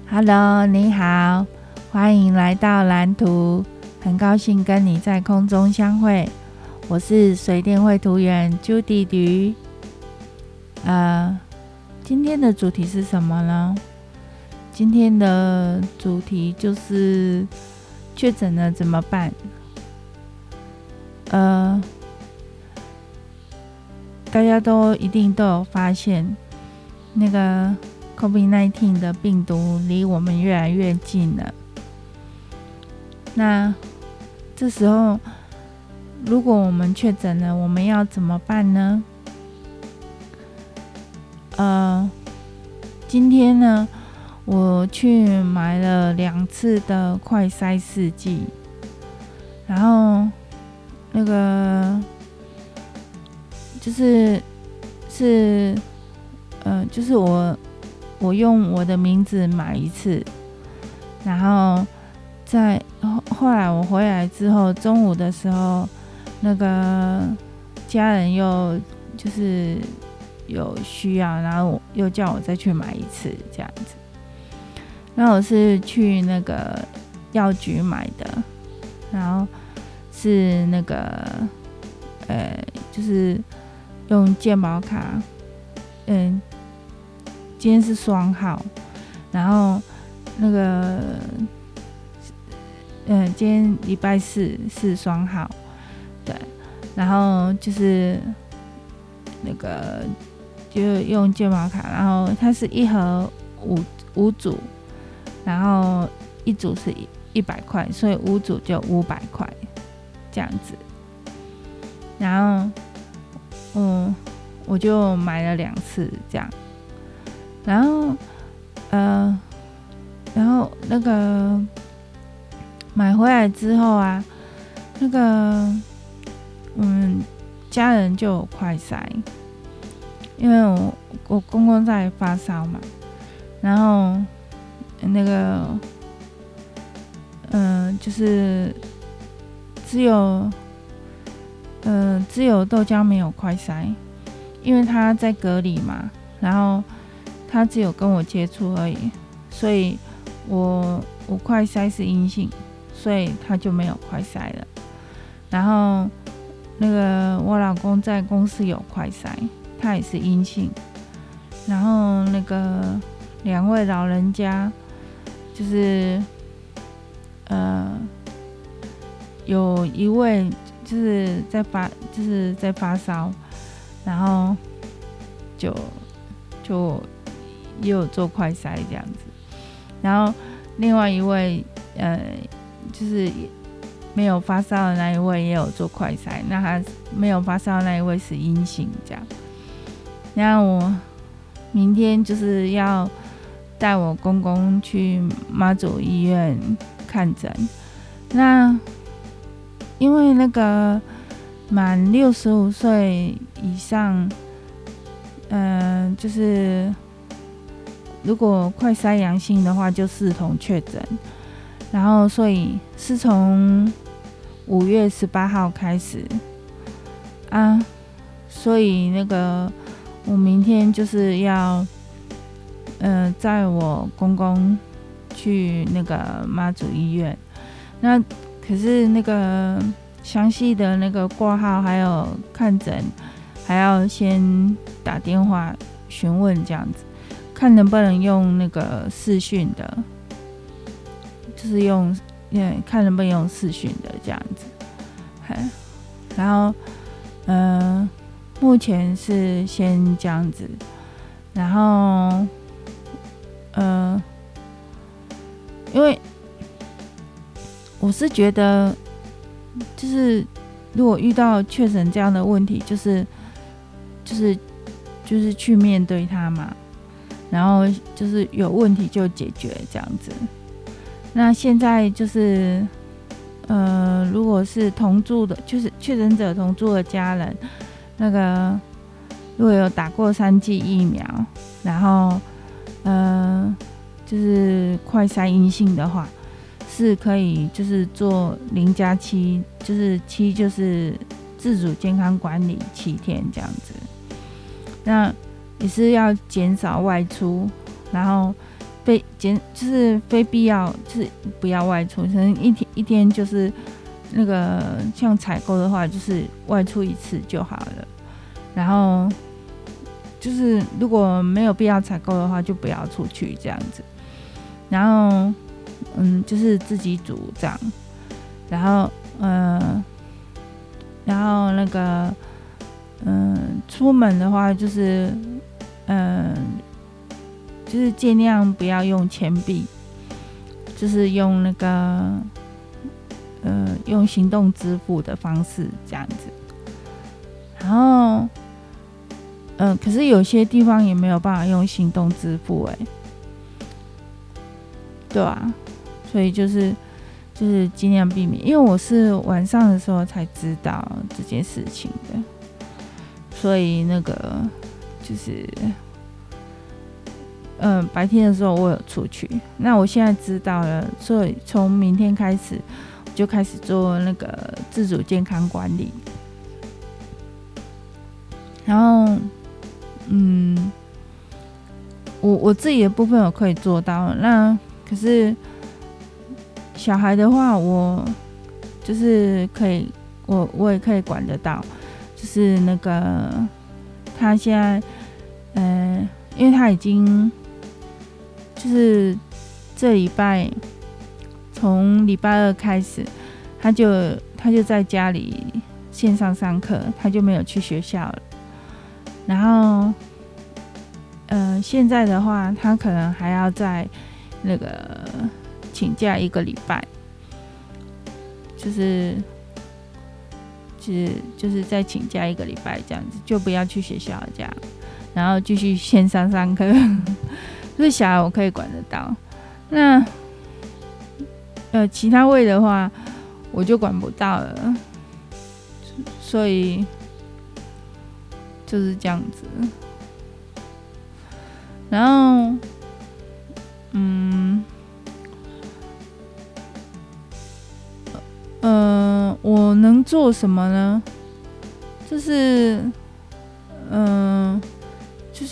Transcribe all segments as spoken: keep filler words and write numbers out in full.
Hello， 你好，欢迎来到蓝图，很高兴跟你在空中相会。我是水电绘图员 Judy 驴。呃，今天的主题是什么呢？今天的主题就是确诊了怎么办？呃，大家都一定都有发现，那个 COVID 十九 的病毒离我们越来越近了。那这时候，如果我们确诊了，我们要怎么办呢？呃，今天呢，我去买了两次的快筛试剂，然后那个就是是呃，就是我我用我的名字买一次，然后在后来我回来之后，中午的时候，那个家人又就是有需要，然后又叫我再去买一次这样子。那我是去那个药局买的，然后是那个呃，就是用健保卡，嗯，今天是双号，然后那个。嗯，今天礼拜四是双号，对，然后就是那个就用健保卡，然后它是一盒五五组，然后一组是一百块，所以五组就五百块这样子。然后，嗯，我就买了两次这样，然后，呃，然后那个。买回来之后啊，那个嗯，家人就有快筛，因为我我公公在发烧嘛，然后那个嗯、呃，就是只有嗯、呃、只有豆浆没有快筛，因为他在隔离嘛，然后他只有跟我接触而已，所以我我快筛是阴性。所以他就没有快筛了。然后那个我老公在公司有快筛，他也是阴性。然后那个两位老人家就是呃有一位就是在发就是在发烧，然后就就也有做快筛这样子。然后另外一位呃。就是没有发烧的那一位也有做快筛，那他没有发烧的那一位是阴性这样。那我明天就是要带我公公去妈祖医院看诊。那因为那个满六十五岁以上，呃，就是如果快筛阳性的话，就视同确诊。然后，所以是从五月十八号开始啊，所以那个我明天就是要，呃，载我公公去那个妈祖医院。那可是那个详细的那个挂号还有看诊，还要先打电话询问这样子，看能不能用那个视讯的。就是用，看能不能用视讯的这样子，然后，呃，目前是先这样子，然后，呃，因为我是觉得，就是如果遇到确诊这样的问题，就是就是就是去面对它嘛，然后就是有问题就解决这样子。那现在就是，呃，如果是同住的，就是确诊者同住的家人，那个如果有打过三剂疫苗，然后呃，就是快筛阴性的话，是可以就是做零加七，就是七就是自主健康管理七天这样子。那也是要减少外出，然后非减就是非必要，就是不要外出，可能一天一天就是那个像采购的话，就是外出一次就好了。然后就是如果没有必要采购的话，就不要出去这样子。然后嗯，就是自己煮这样。然后呃，然后那个嗯、呃，出门的话就是嗯。呃就是尽量不要用钱币，就是用那个呃用行动支付的方式这样子。然后，呃，可是有些地方也没有办法用行动支付，哎，对啊，所以就是就是尽量避免，因为我是晚上的时候才知道这件事情的，所以那个就是。嗯，白天的时候我有出去，那我现在知道了，所以从明天开始我就开始做那个自主健康管理。然后，嗯，我我自己的部分我可以做到，那可是小孩的话，我就是可以，我我也可以管得到，就是那个他现在，嗯、呃，因为他已经。就是这礼拜，从礼拜二开始，他就他就在家里线上上课，他就没有去学校了。然后，呃，现在的话，他可能还要在那个请假一个礼拜，就是就是就是再请假一个礼拜这样子，就不要去学校这样，然后继续线上上课。所以小孩我可以管得到，那呃其他位的话我就管不到了，所以就是这样子。然后，嗯，呃，我能做什么呢？就是，嗯、呃，就是。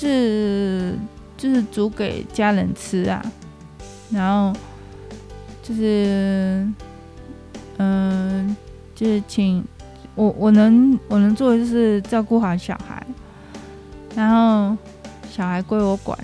就是煮给家人吃啊，然后就是，嗯、呃，就是请我我能我能做的就是照顾好小孩，然后小孩归我管，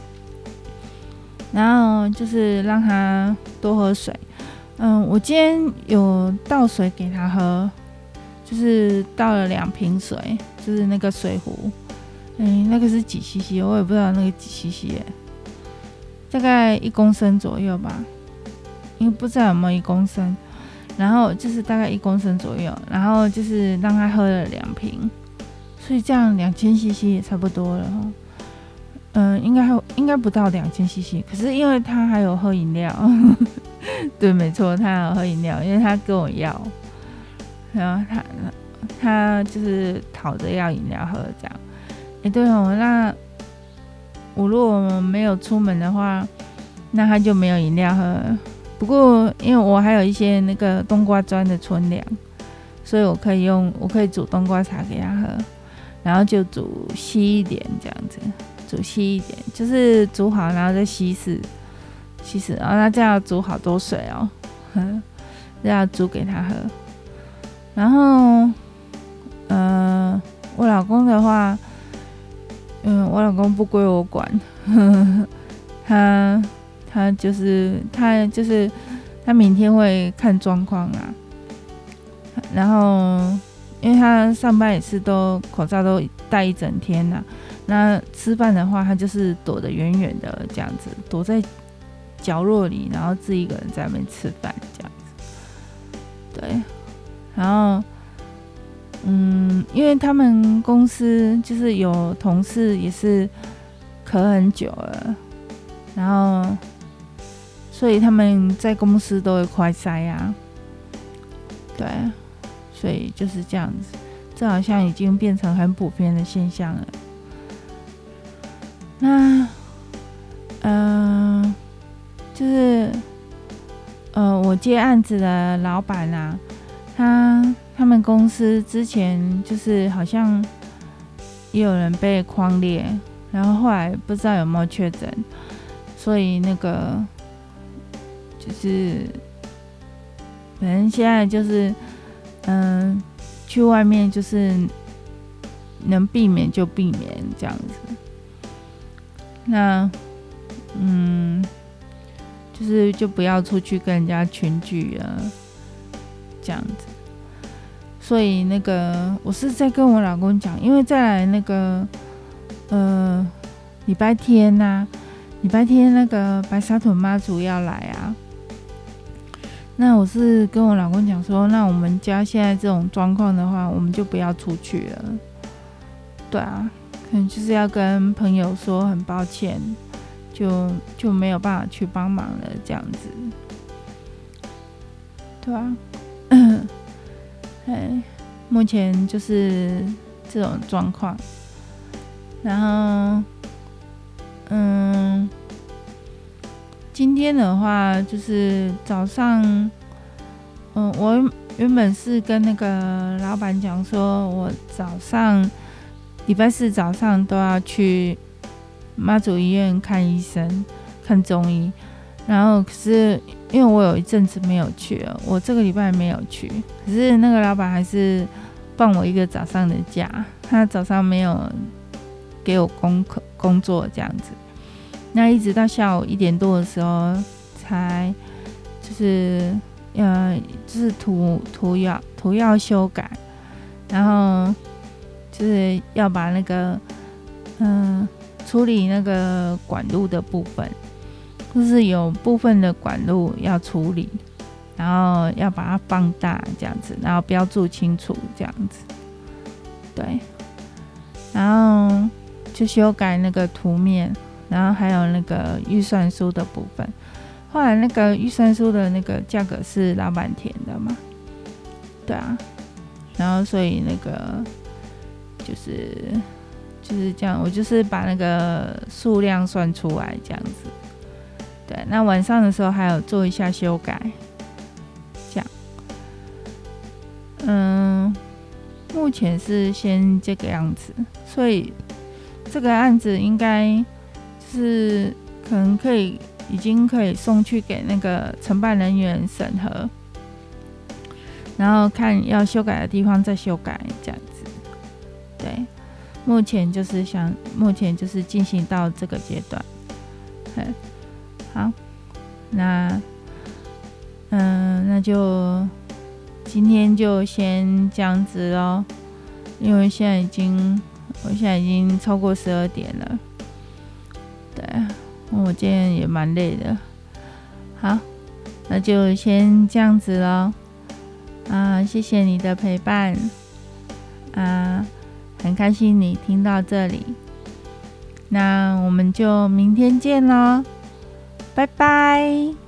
然后就是让他多喝水。嗯，我今天有倒水给他喝，就是倒了两瓶水，就是那个水壶。哎、欸，那个是几 C C？ 我也不知道那个几 C C 耶，大概一公升左右吧，因为不知道有没有一公升。然后就是大概一公升左右，然后就是让他喝了两瓶，所以这样两千 C C 也差不多了哈。嗯、呃，应该应该不到两千 C C， 可是因为他还有喝饮料，对，没错，他还有喝饮料，因为他跟我要，然后他他就是讨着要饮料喝这样。哎、欸，对哦，那我如果没有出门的话，那他就没有饮料喝。不过因为我还有一些那个冬瓜砖的存粮，所以我可以用，我可以煮冬瓜茶给他喝，然后就煮稀一点这样子，煮稀一点，就是煮好然后再稀释，稀释，然后他这样煮好多水哦，这样煮给他喝。然后，呃，我老公的话。嗯，我老公不归我管，呵呵他他就是他就是他明天会看状况啊。然后，因为他上班也是都口罩都戴一整天呐、啊，那吃饭的话，他就是躲得远远的这样子，躲在角落里，然后自己一个人在那边吃饭这样子。对，然后。嗯，因为他们公司就是有同事也是咳很久了，然后所以他们在公司都会快筛啊，对，所以就是这样子，这好像已经变成很普遍的现象了。那，呃，就是呃，我接案子的老板啊，他。他们公司之前就是好像也有人被匡列，然后后来不知道有没有确诊， 所以那个就是反正现在就是嗯、呃，去外面就是能避免就避免这样子。那嗯，就是就不要出去跟人家群聚啊，这样子。所以那个我是在跟我老公讲，因为再来那个呃礼拜天呐、啊，礼拜天那个白沙屯妈祖要来啊。那我是跟我老公讲说，那我们家现在这种状况的话，我们就不要出去了。对啊，可能就是要跟朋友说很抱歉，就就没有办法去帮忙了，这样子。对啊，哎，目前就是这种状况。然后，嗯。今天的话，就是早上，嗯，我原本是跟那个老板讲说，我早上礼拜四早上都要去妈祖医院看医生，看中医。然后可是因为我有一阵子没有去了，我这个礼拜没有去，可是那个老板还是放我一个早上的假，他早上没有给我功课工作这样子。那一直到下午一点多的时候，才就是呃，就是涂涂药涂药修改，然后就是要把那个嗯、呃、处理那个管路的部分，就是有部分的管路要处理，然后要把它放大这样子，然后标注清楚这样子，对，然后就修改那个图面。然后还有那个预算书的部分，后来那个预算书的那个价格是老板填的嘛，对啊，然后所以那个就是就是这样，我就是把那个数量算出来这样子，对，那晚上的时候还有做一下修改，这样，嗯，目前是先这个样子，所以这个案子应该。是可能可以已经可以送去给那个承办人员审核，然后看要修改的地方再修改这样子。对，目前就是想，目前就是进行到这个阶段。好，那嗯、呃，那就今天就先这样子咯，因为现在已经我现在已经超过十二点了。对，我今天也蛮累的。好，那就先这样子咯。啊，谢谢你的陪伴。啊，很开心你听到这里。那我们就明天见咯，拜拜。